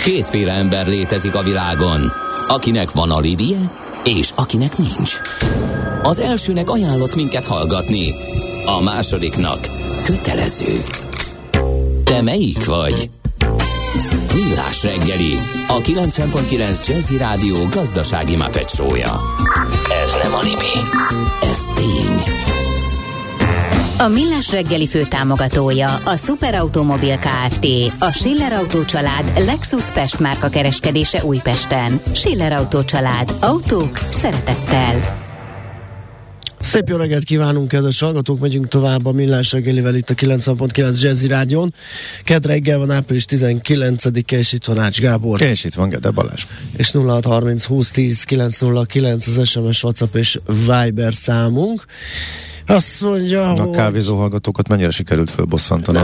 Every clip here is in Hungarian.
Kétféle ember létezik a világon, akinek van alibije, és akinek nincs. Az elsőnek ajánlott minket hallgatni, a másodiknak kötelező. Te melyik vagy? Millás reggeli, a 90.9 Jazzy Rádió gazdasági Muppet show-ja. Ez nem anime, ez tény. A Millás reggeli főtámogatója a Superautomobil Kft. A Schiller Autó család Lexus Pest márka kereskedése Újpesten. Schiller Autó család. Autók szeretettel. Szép jó reggelt kívánunk, kedves hallgatók, megyünk tovább a Millás reggelivel itt a 90.9 Jazzy Rádión. Kedd reggel van, április 19-e, és itt van Ács Gábor. És itt van Gede Balázs. És 0630 20 10 909 az SMS, WhatsApp és Viber számunk. Azt mondja, a kávézó hallgatókat mennyire sikerült fölbosszantani?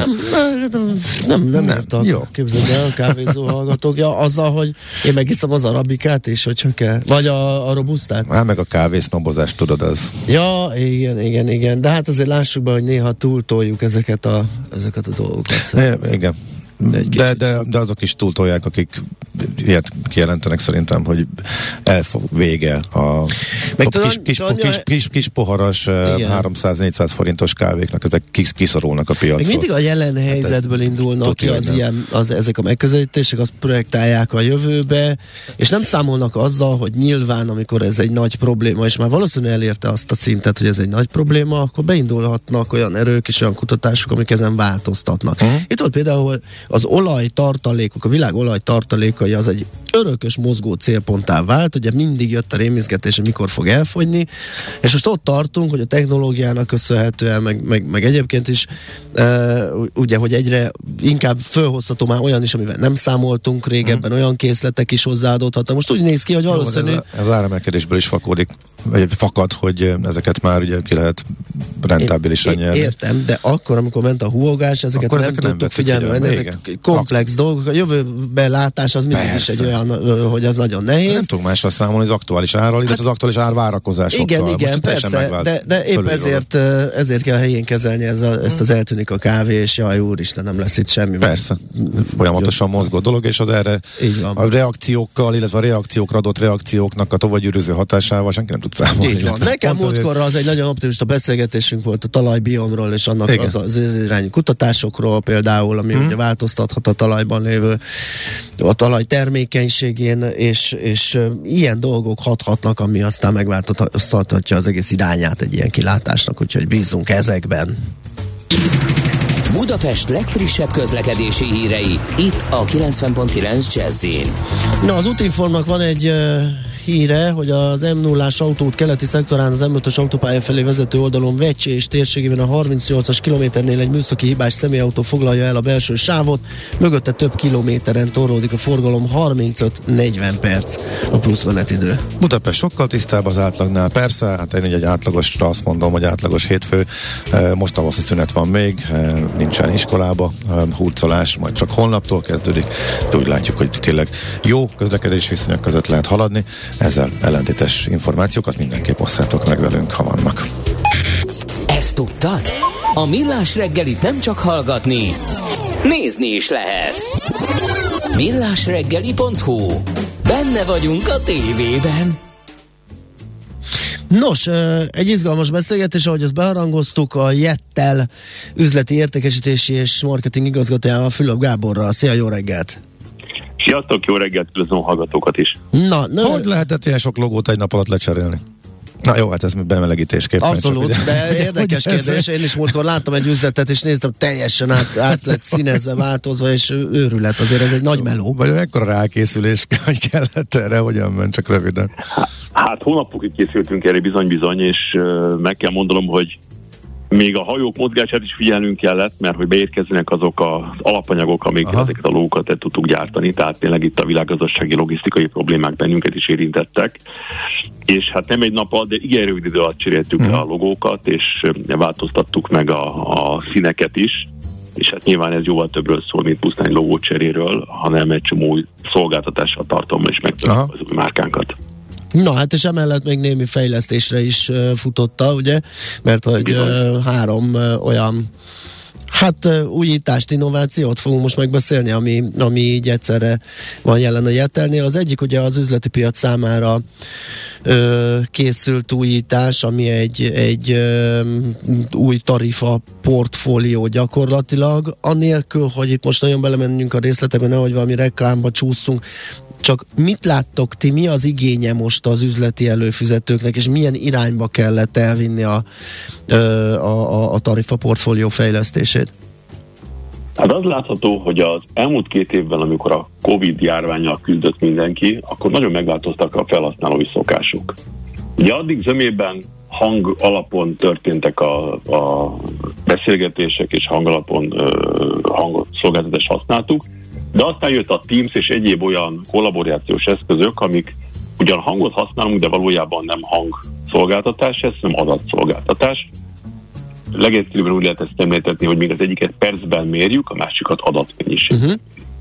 Nem írtak. Jó. Képzeld el, a kávézó hallgatók. Ja, azzal, hogy én megiszom az arabikát is, hogyha kell. Vagy a robusztát. Hát meg a kávésznobozás, tudod, az. Ja, igen. De hát azért lássuk be, hogy néha túltoljuk ezeket a dolgokat. Igen. De azok is túltolják, akik ilyet kijelentenek szerintem, hogy vége a kis poharas 300-400 forintos kávéknak, ezek kiszorulnak a piacról. Még mindig a jelen helyzetből indulnak ki ezek a megközelítések, azt projektálják a jövőbe, és nem számolnak azzal, hogy nyilván, amikor ez egy nagy probléma, és már valószínűleg elérte azt a szintet, hogy ez egy nagy probléma, akkor beindulhatnak olyan erők és olyan kutatások, amik ezen változtatnak. Itt volt például az olajtartalékok, a világ olajtartalékai az egy örökös mozgó célponttá vált, ugye mindig jött a rémizgetés, hogy mikor fog elfogyni, és most ott tartunk, hogy a technológiának köszönhetően, meg egyébként is ugye, hogy egyre inkább fölhozható már olyan is, amivel nem számoltunk régebben, olyan készletek is hozzáadódhatnak. Most úgy néz ki, hogy valószínű... Ez áremelkedésből is fakad, hogy ezeket már ugye ki lehet rentábilisan nyerni. Értem, de akkor, amikor ment a húogás, ezeket nem tudtuk figyelni, ezek komplex dolgok. A jövőben látás az mindig is egy olyan, hogy az nagyon nehéz. Nem tudunk másra számolni az aktuális árral, illetve az aktuális ár várakozásokkal. Igen, persze, de épp ezért kell helyén kezelni ezt az eltűnik a kávé, és jaj, úristen, nem lesz itt semmi. Persze, folyamatosan mozgó dolog, és az erre a reakciókkal, illetve a reakciókra adott reakcióknak a továbbgyűrűző hatásával senki nem tud számolni. Így van. Nekem múltkorra az egy nagyon optimista beszélgetésünk volt a talajbiomról, és annak az irányú kutatásokról például, ami ugye változtathat a talajban lévő a talaj termékenységén, és ilyen dolgok hathatnak, ami aztán megváltoztathatja az egész irányát egy ilyen kilátásnak, úgyhogy bízzunk ezekben. Budapest legfrissebb közlekedési hírei, itt a 90.9 Jazz-in. Na, az Útinformnak van egy híre, hogy az M0-ás autóút keleti szektorán az M5-ös autópálya felé vezető oldalon Vecsé és térségében a 38-as kilométernél egy műszaki hibás személyautó foglalja el a belső sávot, mögötte több kilométeren torlódik a forgalom, 35-40 perc a plusz menetidő. Budapest sokkal tisztább az átlagnál, persze, hát én egy átlagosra azt mondom, hogy átlagos hétfő, most tavaszi szünet van még, nincsen iskolába, hurcolás majd csak holnaptól kezdődik, de úgy látjuk, hogy tényleg jó közlekedési viszonyok között lehet haladni. Ezzel ellentétes információkat mindenképp osszátok meg velünk, ha vannak. Ezt tudtad? A Millás reggelit nem csak hallgatni, nézni is lehet. Millásreggeli.hu. Benne vagyunk a tévében. Nos, egy izgalmas beszélgetés, ahogy ezt beharangoztuk, a Jettel üzleti értékesítési és marketing igazgatójával, Fülöp Gáborral. Szia, jó reggelt! Sziasztok, jó reggelt, üdvözlöm a hallgatókat is. Hogy lehetett ilyen sok logót egy nap alatt lecserélni? Na jó, hát ez bemelegítésképpen. Abszolút, de érdekes kérdés. Én is múltkor láttam egy üzletet, és néztem, teljesen át lett színezve, változva, és őrület, azért ez egy nagy meló. Vagy ekkora rákészülés, hogy kellett erre, hogyan ment, csak röviden. Hát hónapokig készültünk erre bizony, és meg kell mondanom, hogy még a hajók mozgását is figyelnünk kellett, mert hogy beérkeznek azok az alapanyagok, amik ezeket a logókat tudtuk gyártani, tehát tényleg itt a világgazdasági logisztikai problémák bennünket is érintettek, és hát nem egy nap alatt, de igen rövid idő alatt cseréltük le a logókat, és változtattuk meg a színeket is, és hát nyilván ez jóval többről szól, mint pusztán egy logócseréről, hanem egy csomó új szolgáltatással tartalommal is megtaláljuk az új márkánkat. Na, hát és emellett még némi fejlesztésre is futotta, ugye? Mert hogy három olyan Hát újítást, innovációt fogunk most megbeszélni, ami így egyszerre van jelen a Jettelnél. Az egyik ugye az üzleti piac számára készült újítás, ami egy új tarifa portfólió gyakorlatilag, anélkül, hogy itt most nagyon belemennünk a részletekben, nehogy valami reklámba csúszunk, csak mit láttok ti, mi az igénye most az üzleti előfizetőknek, és milyen irányba kellett elvinni a tarifa portfólió fejlesztését? Hát az látható, hogy az elmúlt 2 évben, amikor a Covid járvánnyal küzdött mindenki, akkor nagyon megváltoztak a felhasználói szokások. Ugye addig zömében hang alapon történtek a beszélgetések, és hang alapon hangszolgáltatást használtuk, de aztán jött a Teams és egyéb olyan kollaborációs eszközök, amik ugyan hangot használunk, de valójában nem hangszolgáltatás, ez nem adatszolgáltatás. Legegyszerűbben úgy lehet ezt említetni, hogy még az egyiket percben mérjük, a másikat adatmennyiségben.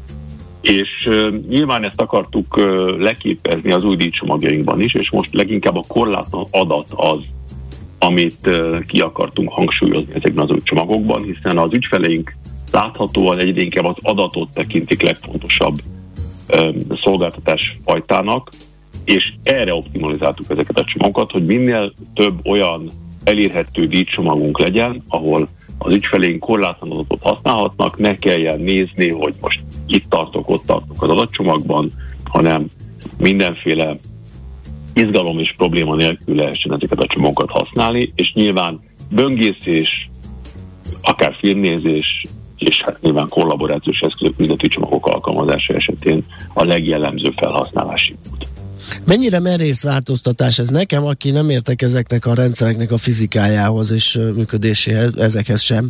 És nyilván ezt akartuk leképezni az új díjcsomagjainkban is, és most leginkább a korlátlan adat az, amit ki akartunk hangsúlyozni ezekben az új csomagokban, hiszen az ügyfeleink láthatóan egyre inkább az adatot tekintik legfontosabb szolgáltatás fajtának, és erre optimalizáltuk ezeket a csomagokat, hogy minél több olyan elérhető díjcsomagunk legyen, ahol az ügyfeleink korlátlan adatot használhatnak, ne kelljen nézni, hogy most itt tartok, ott tartok az adatcsomagban, hanem mindenféle izgalom és probléma nélkül lehessen ezeket a csomagokat használni, és nyilván böngészés, akár filmnézés, és hát nyilván kollaborációs eszközök, üzleti csomagok alkalmazása esetén a legjellemzőbb felhasználási mód. Mennyire merész változtatás ez nekem, aki nem értek ezeknek a rendszereknek a fizikájához és működéséhez, ezekhez sem.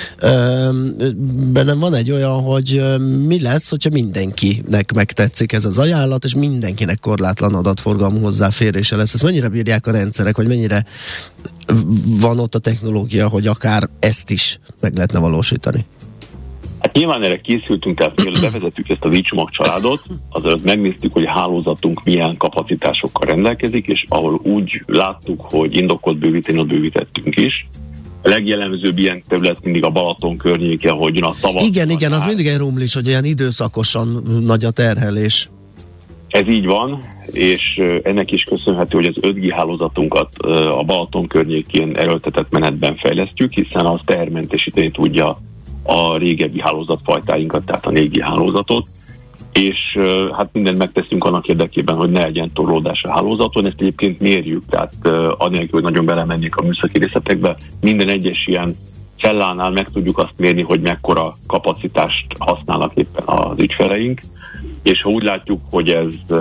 Bennem van egy olyan, hogy mi lesz, hogyha mindenkinek megtetszik ez az ajánlat, és mindenkinek korlátlan adatforgalmú hozzáférése lesz. Ezt mennyire bírják a rendszerek, vagy mennyire van ott a technológia, hogy akár ezt is meg lehetne valósítani? Hát nyilván erre készültünk, tehát mielőtt bevezettük ezt a díjcsomag családot, azért megnéztük, hogy a hálózatunk milyen kapacitásokkal rendelkezik, és ahol úgy láttuk, hogy indokolt bővíteni, ott bővítettünk is. A legjellemzőbb ilyen terület mindig a Balaton környéke, hogy jön a tavasz. Igen, az mindig egy rumlis, hogy ilyen időszakosan nagy a terhelés. Ez így van, és ennek is köszönhető, hogy az 5G hálózatunkat a Balaton környékén erőltetett menetben fejlesztjük, hiszen az tehermentesíteni tudja a régebbi hálózatfajtáinkat, tehát a 4G hálózatot, és hát mindent megteszünk annak érdekében, hogy ne legyen torlódás a hálózaton, ezt egyébként mérjük, tehát anélkül, hogy nagyon belemenjék a műszaki részletekbe, minden egyes ilyen cellánál meg tudjuk azt mérni, hogy mekkora kapacitást használnak éppen az ügyfeleink, és ha úgy látjuk, hogy ez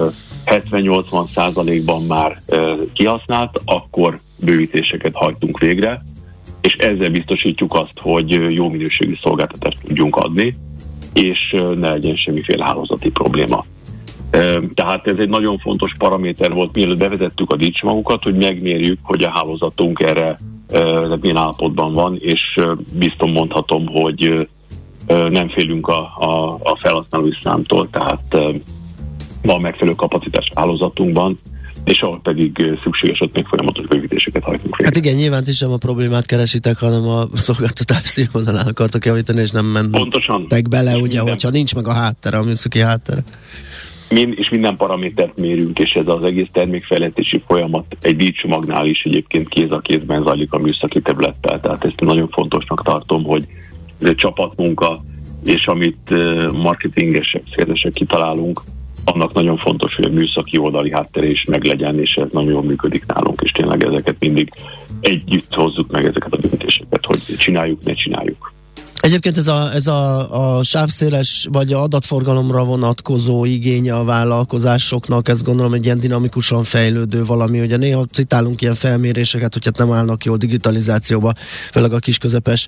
70-80%-ban már kihasznált, akkor bővítéseket hajtunk végre, és ezzel biztosítjuk azt, hogy jó minőségű szolgáltatást tudjunk adni, és ne legyen semmiféle hálózati probléma. Tehát ez egy nagyon fontos paraméter volt, mielőtt bevezettük a díjcsomagokat, hogy megmérjük, hogy a hálózatunk erre milyen állapotban van, és biztos mondhatom, hogy nem félünk a felhasználói számtól, tehát van megfelelő kapacitás a hálózatunkban, és ahol pedig szükséges, ott még folyamatos bővítéseket hajtunk végre. Hát igen, nyilván ti sem a problémát keresitek, hanem a szolgáltatás színvonalán akartok javítani, és nem mentek bele, ugye, hogyha nincs meg a háttere, a műszaki háttere. És minden paramétert mérünk, és ez az egész termékfejlesztési folyamat egy díjcsomagnál is egyébként kéz a kézben zajlik a műszaki területtel, tehát ezt nagyon fontosnak tartom, hogy ez egy csapatmunka, és amit marketingesek, szélesek kitalálunk, annak nagyon fontos, hogy a műszaki oldali háttere is meglegyen, és ez nagyon jól működik nálunk, és tényleg ezeket mindig együtt hozzuk meg ezeket a döntéseket, hogy csináljuk, ne csináljuk. Egyébként ez a sávszéles vagy a adatforgalomra vonatkozó igénye a vállalkozásoknak, ez gondolom egy ilyen dinamikusan fejlődő valami, ugye néha citálunk ilyen felméréseket, hogy hát nem állnak jól digitalizációba, főleg a kis-közepes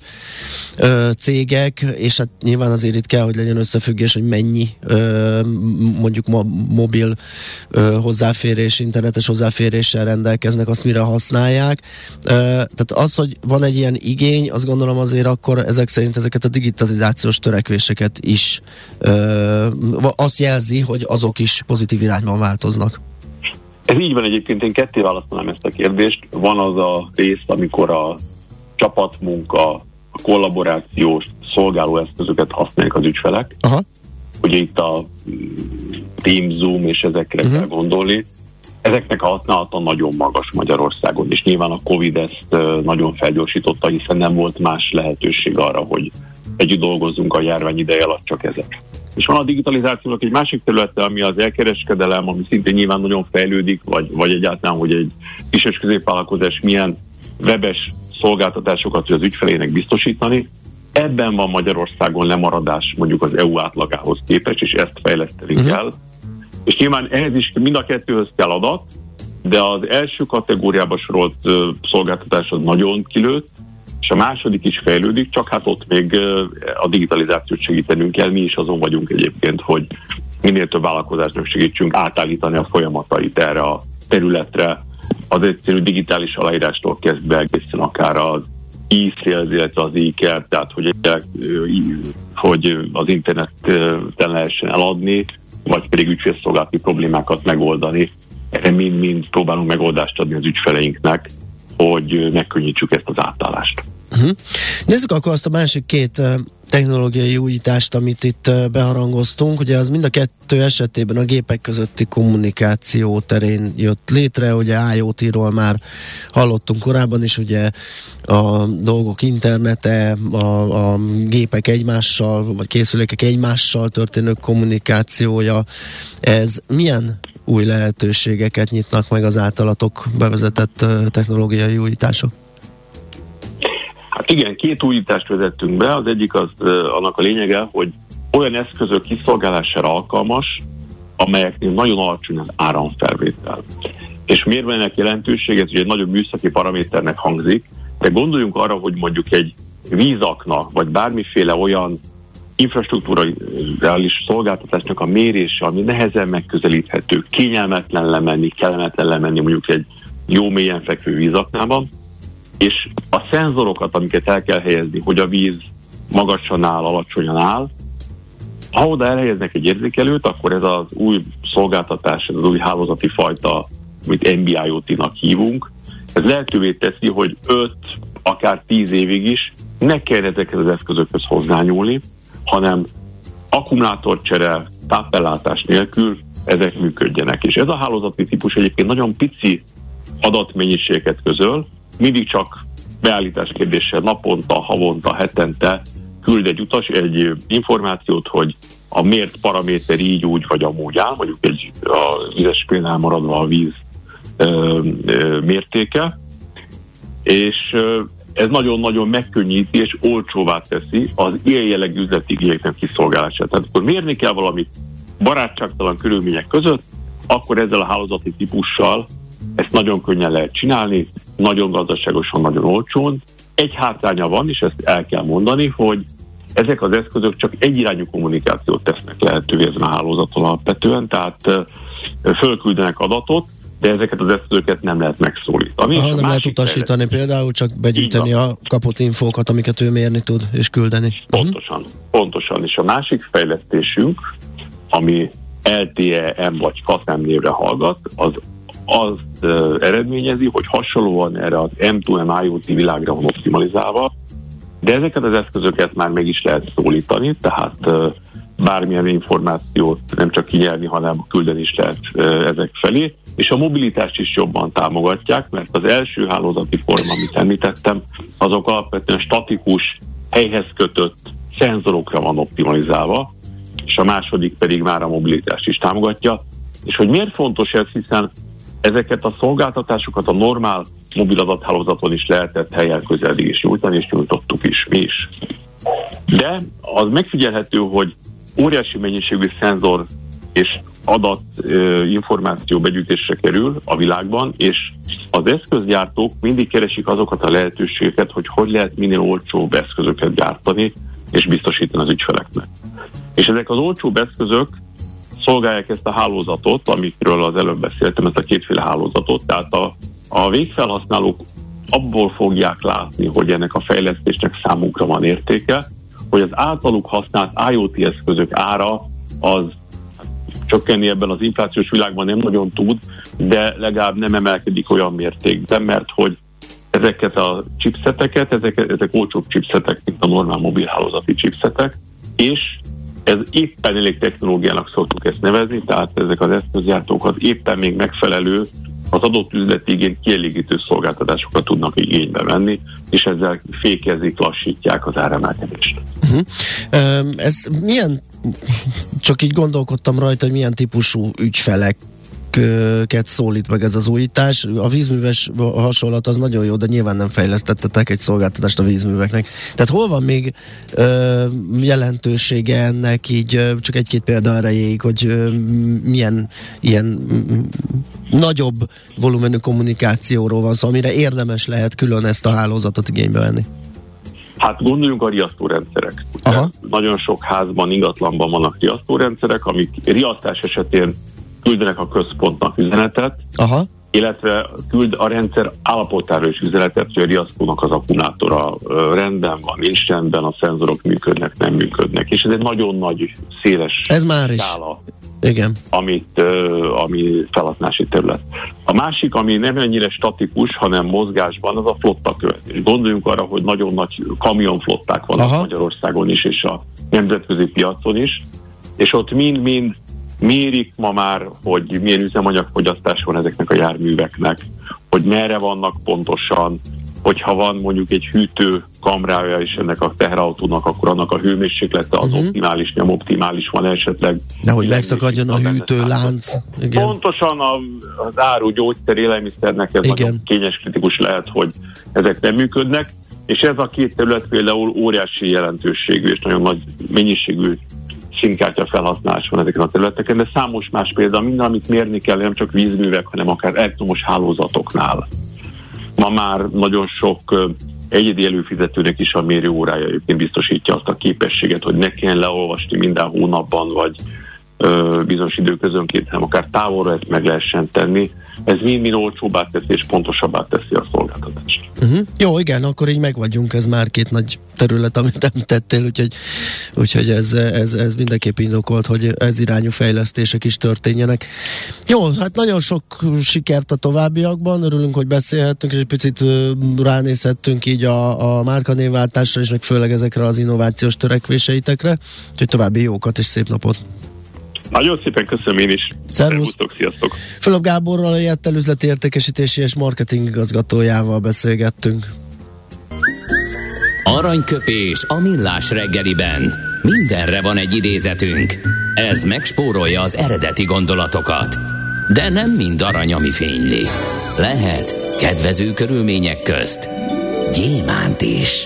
cégek, és hát nyilván azért itt kell, hogy legyen összefüggés, hogy mennyi mondjuk mobil hozzáférés, internetes hozzáféréssel rendelkeznek, azt mire használják. Tehát az, hogy van egy ilyen igény, azt gondolom azért akkor ezek szerint ezeket a digitalizációs törekvéseket is azt jelzi, hogy azok is pozitív irányban változnak. Ez így van egyébként, én ketté választanám ezt a kérdést. Van az a rész, amikor a csapatmunka, a kollaborációs szolgáló eszközöket használják az ügyfelek. Aha. Ugye itt a Teams, Zoom és ezekre kell gondolni. Ezeknek a használata nagyon magas Magyarországon, és nyilván a Covid ezt nagyon felgyorsította, hiszen nem volt más lehetőség arra, hogy együtt dolgozzunk a járvány ideje alatt, csak ezek. És van a digitalizációnak egy másik területe, ami az elkereskedelem, ami szintén nyilván nagyon fejlődik, vagy egyáltalán, hogy egy kis és középvállalkozás milyen webes szolgáltatásokat tud az ügyfelének biztosítani. Ebben van Magyarországon lemaradás mondjuk az EU átlagához képest, és ezt fejleszteni kell. És nyilván ehhez is mind a kettőhöz kell adat, de az első kategóriába sorolt szolgáltatás az nagyon kilőtt, és a második is fejlődik, csak hát ott még a digitalizációt segítenünk kell. Mi is azon vagyunk egyébként, hogy minél több vállalkozásnak segítsünk átállítani a folyamatait erre a területre, az egyszerű digitális aláírástól kezdve egészen akár az e-sales, illetve az e-care, tehát hogy az interneten lehessen eladni, vagy pedig ügyfélszolgálati problémákat megoldani. Erre mind próbálunk megoldást adni az ügyfeleinknek, hogy megkönnyítsük ezt az átállást. Nézzük akkor azt a másik két technológiai újítást, amit itt beharangoztunk. Ugye az mind a kettő esetében a gépek közötti kommunikáció terén jött létre, ugye IoT-ról már hallottunk korábban is, ugye a dolgok internete, a gépek egymással, vagy készülékek egymással történő kommunikációja. Ez milyen új lehetőségeket nyitnak meg az általatok bevezetett technológiai újítások? Hát igen, két újítást vezettünk be. Az egyik az annak a lényege, hogy olyan eszközök kiszolgálására alkalmas, amelyeknél nagyon alacsony az áramfelvétel. És miért van ennek jelentősége? Ez ugye egy nagyobb műszaki paraméternek hangzik, de gondoljunk arra, hogy mondjuk egy vízakna, vagy bármiféle olyan infrastruktúrális szolgáltatásnak a mérése, ami nehezen megközelíthető, kényelmetlen lemenni, kellemetlen lemenni mondjuk egy jó mélyen fekvő vízaknában, és a szenzorokat, amiket el kell helyezni, hogy a víz magasan áll, alacsonyan áll, ha oda elhelyeznek egy érzékelőt, akkor ez az új szolgáltatás, ez az új hálózati fajta, amit NB-IoT-nak hívunk, ez lehetővé teszi, hogy 5, akár 10 évig is ne kell ezekhez az eszközökhöz hozzányúlni, hanem akkumulátorcsere, tápellátás nélkül ezek működjenek. És ez a hálózati típus egyébként nagyon pici adatmennyiséget közöl, mindig csak beállítás kérdéssel naponta, havonta, hetente küld egy utas egy információt, hogy a mért paraméter így, úgy vagy amúgy áll, mondjuk a vizes pénál maradva a víz mértéke, és ez nagyon-nagyon megkönnyíti és olcsóvá teszi az ilyen jellegű üzleti igényeknek kiszolgálását. Tehát akkor mérni kell valamit barátságtalan körülmények között, akkor ezzel a hálózati típussal ezt nagyon könnyen lehet csinálni, nagyon gazdaságosan, nagyon olcsón. Egy hátránya van, és ezt el kell mondani, hogy ezek az eszközök csak egyirányú kommunikációt tesznek lehetővé ezen a hálózaton alapvetően, tehát fölküldenek adatot, de ezeket az eszközöket nem lehet megszólítani. Nem lehet utasítani például, csak begyűjteni a kapott infókat, amiket ő mérni tud, és küldeni. Pontosan. És a másik fejlesztésünk, ami LTE-M vagy KASM névre hallgat, az eredményezi, hogy hasonlóan erre az M2M IoT világra van optimalizálva, de ezeket az eszközöket már meg is lehet szólítani, tehát bármilyen információt nem csak kinyerni, hanem küldeni is lehet ezek felé, és a mobilitást is jobban támogatják, mert az első hálózati forma, amit említettem, azok alapvetően statikus, helyhez kötött szenzorokra van optimalizálva, és a második pedig már a mobilitást is támogatja. És hogy miért fontos ez, hiszen ezeket a szolgáltatásokat a normál mobil adathálózaton is lehetett helyen közeli is nyújtani, és nyújtottuk is mi is. De az megfigyelhető, hogy óriási mennyiségű szenzor és adat információ begyűjtésre kerül a világban, és az eszközgyártók mindig keresik azokat a lehetőségeket, hogy lehet minél olcsóbb eszközöket gyártani, és biztosítani az ügyfeleknek. És ezek az olcsóbb eszközök szolgálják ezt a hálózatot, amikről az előbb beszéltem, ezt a kétféle hálózatot, tehát a végfelhasználók abból fogják látni, hogy ennek a fejlesztésnek számukra van értéke, hogy az általuk használt IoT eszközök ára az csökkenni ebben az inflációs világban nem nagyon tud, de legalább nem emelkedik olyan mértékben, mert hogy ezeket a chipseteket, ezek olcsóbb chipsetek, mint a normál mobilhálózati chipsetek, és ez éppen elég technológiának szoktuk ezt nevezni, tehát ezek az eszközgyártók az éppen még megfelelő, az adott üzleti igény kielégítő szolgáltatásokat tudnak igénybe venni, és ezzel fékezik, lassítják az áremelkedést. Ez milyen, csak így gondolkodtam rajta, hogy milyen típusú ügyfeleket szólít meg ez az újítás. A vízműves hasonlat az nagyon jó, de nyilván nem fejlesztettetek egy szolgáltatást a vízműveknek. Tehát hol van még jelentősége ennek, így csak egy-két példa erejéig, hogy milyen ilyen nagyobb volumenű kommunikációról van szó, amire érdemes lehet külön ezt a hálózatot igénybe venni? Hát gondoljunk a riasztórendszerek. Nagyon sok házban, ingatlanban vannak riasztórendszerek, amik riasztás esetén küldenek a központnak üzenetet, illetve küld a rendszer állapotára is üzenetet, hogy a riasztónak az akkumulátora rendben van, nincs rendben, a szenzorok működnek, nem működnek. És ez egy nagyon nagy, széles skála, igen, ami felhasználási terület. A másik, ami nem ennyire statikus, hanem mozgásban, az a flotta követés. Gondoljunk arra, hogy nagyon nagy kamionflották vannak Magyarországon is, és a nemzetközi piacon is, és ott mind-mind mérik ma már, hogy milyen üzemanyagfogyasztás van ezeknek a járműveknek, hogy merre vannak pontosan, hogyha van mondjuk egy hűtő kamrája is ennek a teherautónak, akkor annak a hőmérséklete az optimális, nem optimális van esetleg. Nehogy megszakadjon a hűtőlánc. Igen. Pontosan az áru gyógyszer élelmiszernek ez nagyon kényes kritikus lehet, hogy ezek nem működnek, és ez a két terület például óriási jelentőségű és nagyon nagy mennyiségű SIM-kártya felhasználás van ezeken a területeken, de számos más példa, minden, amit mérni kell, nem csak vízművek, hanem akár elektromos hálózatoknál. Ma már nagyon sok egyedi előfizetőnek is a mérőórája egyébként biztosítja azt a képességet, hogy ne kelljen leolvasni minden hónapban, vagy bizonyos időközönként, hanem akár távolra ezt meg lehessen tenni. Ez mind olcsóbbá teszi és pontosabbá teszi a szolgáltatást. Jó, igen, akkor így megvagyunk, ez már két nagy terület, amit említettél, úgyhogy ez mindenképp indokolt, hogy ez irányú fejlesztések is történjenek. Jó, hát nagyon sok sikert a továbbiakban, örülünk, hogy beszélhettünk, és egy picit ránézhettünk így a márkanévváltásra, és meg főleg ezekre az innovációs törekvéseitekre, úgyhogy további jókat és szép napot! Nagyon szépen köszönöm én is. Szervusztok, sziasztok! Fülöp Gáborral, a Jettel üzleti értékesítési és marketing igazgatójával beszélgettünk. Aranyköpés a millás reggeliben. Mindenre van egy idézetünk. Ez megspórolja az eredeti gondolatokat. De nem mind arany, ami fényli. Lehet kedvező körülmények közt gyémánt is.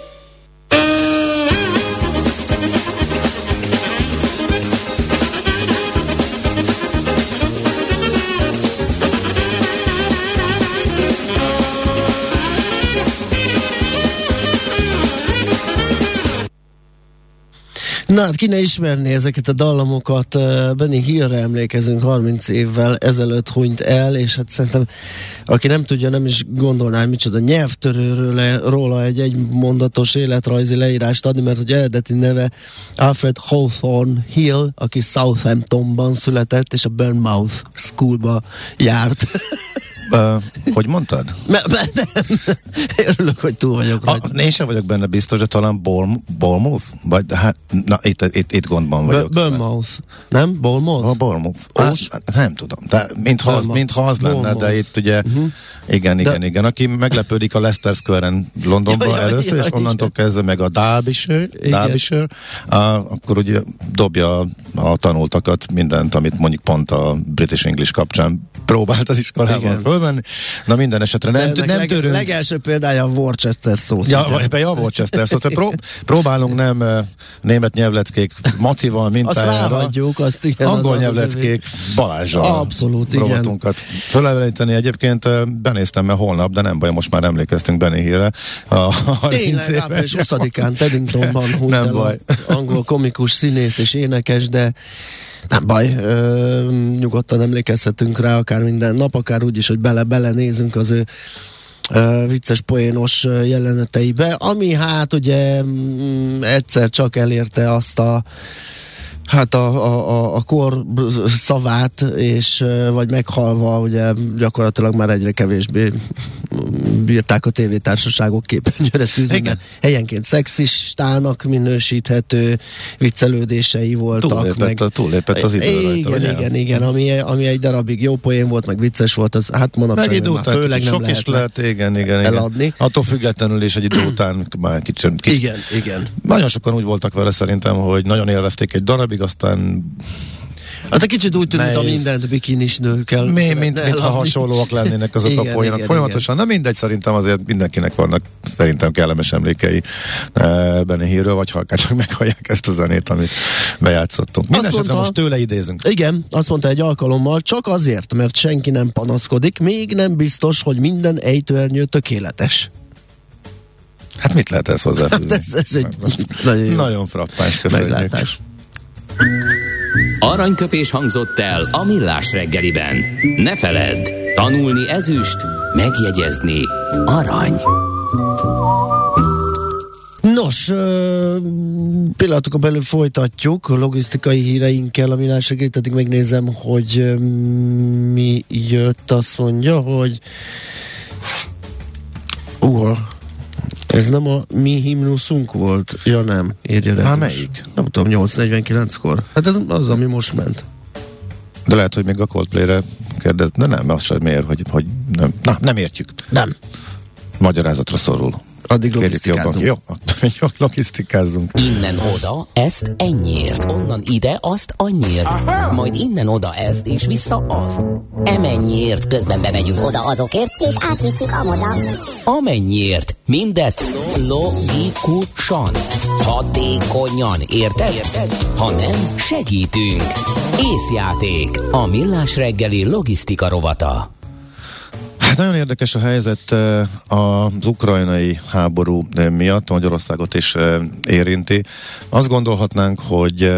Na hát ki ne ismerné ezeket a dallamokat, Benny Hillre emlékezünk, 30 évvel ezelőtt hunyt el, és hát szerintem aki nem tudja, nem is gondolná, micsoda nyelvtörőről róla egy mondatos életrajzi leírást adni, mert hogy eredeti neve Alfred Hawthorne Hill, aki Southamptonban született, és a Bournemouth Schoolba járt. Hogy mondtad? Örülök, hogy túl vagyok rajta. Én sem vagyok benne biztos, de talán Bournemouth? Vagy, hát, na, itt gondban vagyok. Bournemouth. Nem? Bournemouth? Bournemouth. Nem tudom. Mintha az lenne, de itt ugye igen. Aki meglepődik a Leicester Square-en Londonban először, és onnantól kezdve meg a Derbyshire, akkor ugye dobja a tanultakat mindent, amit mondjuk pont a British English kapcsán próbált az iskolában fölmenni. Na minden esetre nem törünk. Legelső példája a Worcester szó. A Worcester szó. Próbálunk nem német nyelvleckék macival mintájára. Azt ráhagyjuk, azt igen. Angol nyelvleckék Balázsral. Abszolút, robotunkat fölevelíteni. Egyébként benéztem már holnap, de nem baj, most már emlékeztünk Benny Hillre. Tényleg, április 20-án Teddingtonban hunyt el az angol komikus színész és énekes, de nem baj, nyugodtan emlékezhetünk rá akár minden nap, akár úgy is, hogy bele-nézünk az ő vicces, poénos jeleneteibe, ami hát ugye egyszer csak elérte azt a kor szavát, és vagy meghalva, ugye gyakorlatilag már egyre kevésbé bírták a tévétársaságok képernyőre tűzni, mert helyenként szexistának minősíthető viccelődései voltak. Túllépett az idő rajta. Igen, ami egy darabig jó poén volt, meg vicces volt, az hát manapság már főleg nem lehet eladni. Attól függetlenül is egy idő után már kicsit. Igen. Nagyon sokan úgy voltak vele szerintem, hogy nagyon élvezték egy darabig, aztán hát egy kicsit úgy tűnt, mint mindent bikinis nőkkel. Mintha hasonlóak lennének azok a poénok folyamatosan. Na mindegy, szerintem azért mindenkinek vannak szerintem kellemes emlékei Benny Hillről, vagy ha csak meghallják ezt a zenét, amit bejátszottunk. Mindenesetre most tőle idézünk. Igen, azt mondta egy alkalommal, csak azért, mert senki nem panaszkodik, még nem biztos, hogy minden ejtőernyő tökéletes. Hát mit lehet ezt hozzáfűzni? Ez egy nagyon frappáns, köszönjük. Aranyköpés hangzott el a Millás reggeliben. Ne feledd, tanulni ezüst, megjegyezni arany. Nos, pillanatokon belül folytatjuk logisztikai híreinkkel a Millás reggelt, addig megnézem, hogy mi jött, azt mondja, hogy ez nem a mi himnuszunk volt? Ja nem, írja rá. Melyik? Nem tudom, 8:49-kor. Hát ez az, ami most ment. De lehet, hogy még a Coldplay-re kérdez, de nem, azt sem miért, hogy nem. Na, nem értjük. Nem. Magyarázatra szorul. Addig logisztikázunk. Jó, logisztikázzunk. Innen oda, ezt ennyiért. Onnan ide, azt annyiért. Aha. Majd innen oda ezt, és vissza azt. Emennyiért közben bemegyünk oda azokért, és átvisszük amoda. Amennyiért. Mindezt logikusan, hatékonyan. Érted? Ha nem, segítünk. Észjáték. A Millás reggeli logisztika rovata. Hát nagyon érdekes a helyzet az ukrajnai háború miatt, Magyarországot is érinti. Azt gondolhatnánk, hogy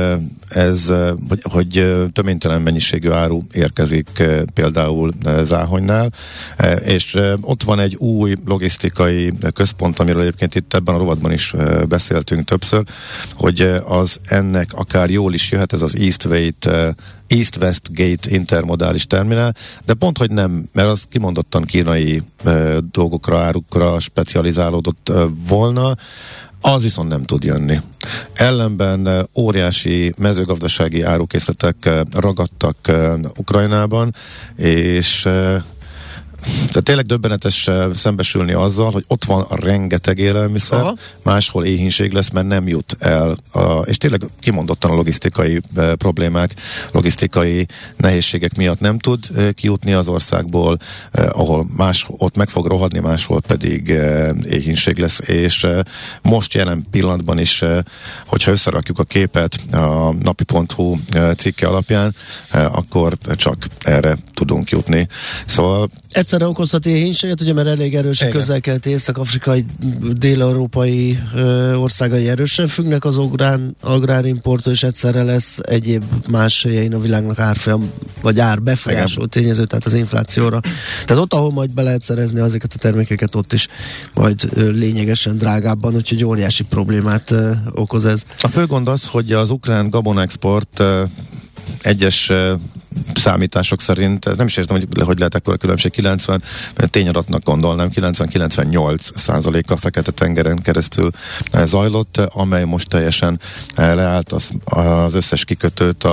hogy töménytelen mennyiségű áru érkezik például Záhonynál, és ott van egy új logisztikai központ, amiről egyébként itt ebben a rovatban is beszéltünk többször, hogy az ennek akár jól is jöhet, ez az East-West Gate intermodális terminál, de pont, hogy nem, mert az kimondottan kínai dolgokra, árukra specializálódott volna, az viszont nem tud jönni. Ellenben óriási mezőgazdasági árukészletek ragadtak Ukrajnában, és tehát tényleg döbbenetes szembesülni azzal, hogy ott van a rengeteg élelmiszer, máshol éhínség lesz, mert nem jut el. És tényleg kimondottan a logisztikai problémák, logisztikai nehézségek miatt nem tud kijutni az országból, ahol ott meg fog rohadni, máshol pedig éhínség lesz. És most jelen pillanatban is, hogyha összerakjuk a képet a napi.hu cikke alapján, akkor csak erre tudunk jutni. Szóval egyszerre okozhat éhínséget, ugye, mert elég erős a közel-keleti, észak-afrikai, dél-európai országai erősen függnek az agrárimporttól, és egyszerre lesz egyéb más helyein a világnak árfolyam, vagy árbefolyásoló tényező, tehát az inflációra. Tehát ott, ahol majd be lehet szerezni ezeket a termékeket, ott is majd lényegesen drágábban, úgyhogy óriási problémát okoz ez. A fő gond az, hogy az ukrán gabonexport egyes számítások szerint, nem is értem, hogy lehet ekkora különbség, 90, tényadatnak gondolnám, 90-98% a Fekete-tengeren keresztül zajlott, amely most teljesen leállt, az összes kikötőt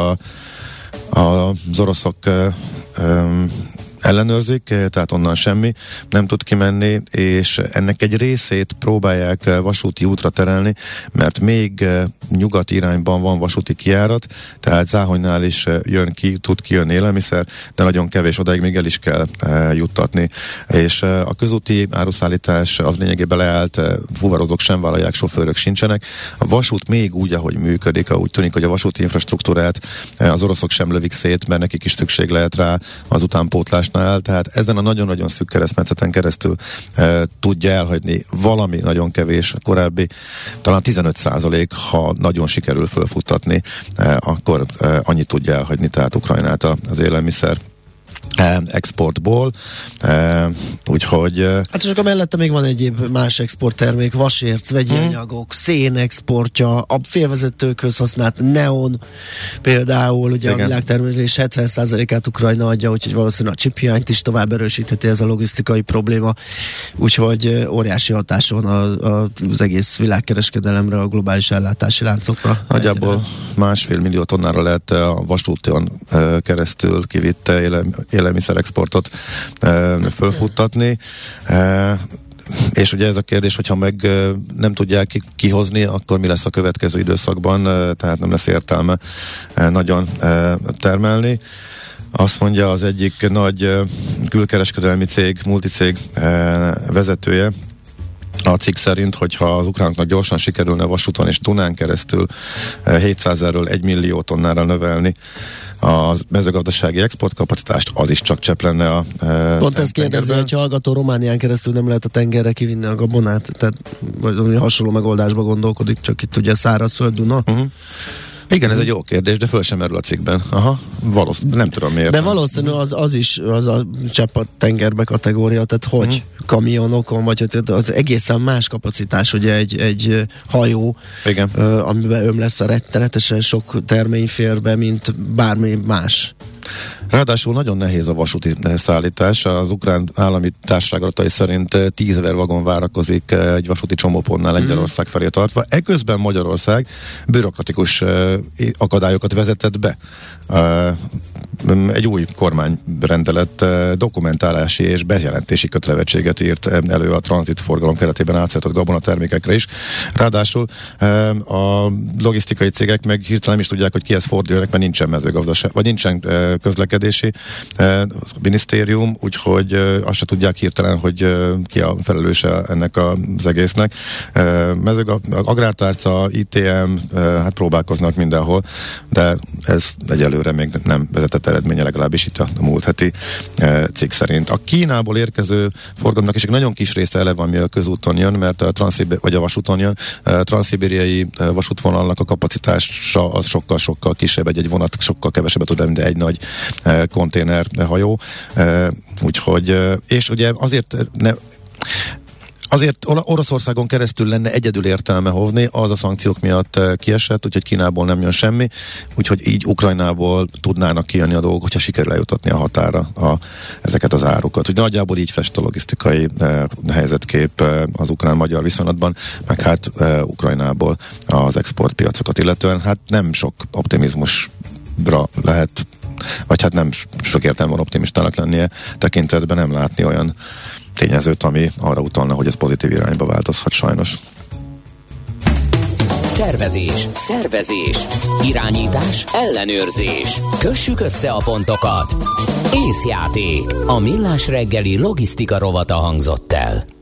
az oroszok ellenőrzik, tehát onnan semmi nem tud kimenni, és ennek egy részét próbálják vasúti útra terelni, mert még nyugat irányban van vasúti kijárat, tehát Záhonynál is tud kijönni élelmiszer, de nagyon kevés, odáig még el is kell juttatni. És a közúti áruszállítás az lényegében leállt, fuvarozók sem vállalják, sofőrök sincsenek. A vasút még úgy, ahogy működik, úgy tűnik, hogy a vasúti infrastruktúrát az oroszok sem lövik szét, mert nekik is szükség lehet rá az utánpótlásnál, tehát ezen a nagyon-nagyon szűk keresztmetszeten keresztül tudja elhagyni valami nagyon kevés, a korábbi talán 15%, ha nagyon sikerül fölfuttatni, akkor annyit tudja elhagyni, tehát Ukrajnát az élelmiszer. exportból, úgyhogy... Hát és akkor mellette még van egyéb más exporttermék, vasérc, vegyi anyagok, szén exportja, a félvezetőkhöz használt neon például, ugye igen. A világtermelés 70%-át Ukrajna adja, úgyhogy valószínűleg a chiphiányt is tovább erősítheti ez a logisztikai probléma, úgyhogy óriási hatás van az egész világkereskedelemre, a globális ellátási láncokra. Nagyjából 1,5 millió tonnára lehet a vasúton keresztül kivitt élelmiszerexportot fölfuttatni. És ugye ez a kérdés, hogyha meg nem tudják kihozni, akkor mi lesz a következő időszakban, tehát nem lesz értelme nagyon termelni. Azt mondja az egyik nagy külkereskedelmi cég, multicég vezetője, a cikk szerint, hogyha az ukránoknak gyorsan sikerülne vasúton és Dunán keresztül 700-ről 1 millió tonnára növelni a mezőgazdasági exportkapacitást, az is csak csepp lenne a pont ezt kérdezi, hogy hallgató Románián keresztül nem lehet a tengerre kivinni a gabonát, tehát vagy hasonló megoldásba gondolkodik, csak itt ugye szárazföld, Duna. Igen, ez egy jó kérdés, de föl sem merül a cikkben. Aha, valószínű, nem tudom miért. De valószínű az is az a csepp a tengerbe kategória, tehát hogy kamionokon, vagy hogy az egészen más kapacitás, ugye egy hajó, igen. Amiben ömlesz a rettenetesen sok termény fér be, mint bármi más. Ráadásul nagyon nehéz a vasúti szállítás. Az ukrán állami társaság adatai szerint 10 000 vagon várakozik egy vasúti csomópontnál Lengyelország felé tartva. Eközben Magyarország bürokratikus akadályokat vezetett be. Egy új kormányrendelet dokumentálási és bejelentési kötelezettséget írt elő a tranzitforgalom keretében átszállított gabonatermékekre is. Ráadásul a logisztikai cégek meg hirtelen nem is tudják, hogy kihez forduljanak, mert nincsen mezőgazdaság, vagy nincsen közlekedési minisztérium, úgyhogy azt se tudják hirtelen, hogy ki a felelőse ennek az egésznek. Agrártárca, ITM, hát próbálkoznak mindenhol, de ez egyelőre még nem vezetett eredménye, legalábbis itt a múlt heti cikk szerint. A Kínából érkező forgalomnak is egy nagyon kis része eleve, ami a közúton jön, mert vagy a vasúton jön. Transzszibériai vasútvonalnak a kapacitása az sokkal-sokkal kisebb, egy vonat sokkal kevesebbet tud, mint egy nagy konténerhajó. Úgyhogy, és ugye azért Oroszországon keresztül lenne egyedül értelme hozni, az a szankciók miatt kiesett, úgyhogy Kínából nem jön semmi, úgyhogy így Ukrajnából tudnának kijönni a dolgok, hogyha sikerül eljutatni a határa ezeket az árukat. Úgy nagyjából így fest a logisztikai helyzetkép az ukrán-magyar viszonylatban, meg hát Ukrajnából az exportpiacokat illetően, hát nem sok optimizmusra lehet, vagy hát nem sok értelme van optimistának lennie tekintetben, nem látni olyan tényezőt, ami arra utalna, hogy ez pozitív irányba változhat sajnos. Tervezés, szervezés, irányítás, ellenőrzés. Kössük össze a pontokat. Észjáték. A Millás reggeli logisztika rovata hangzott el.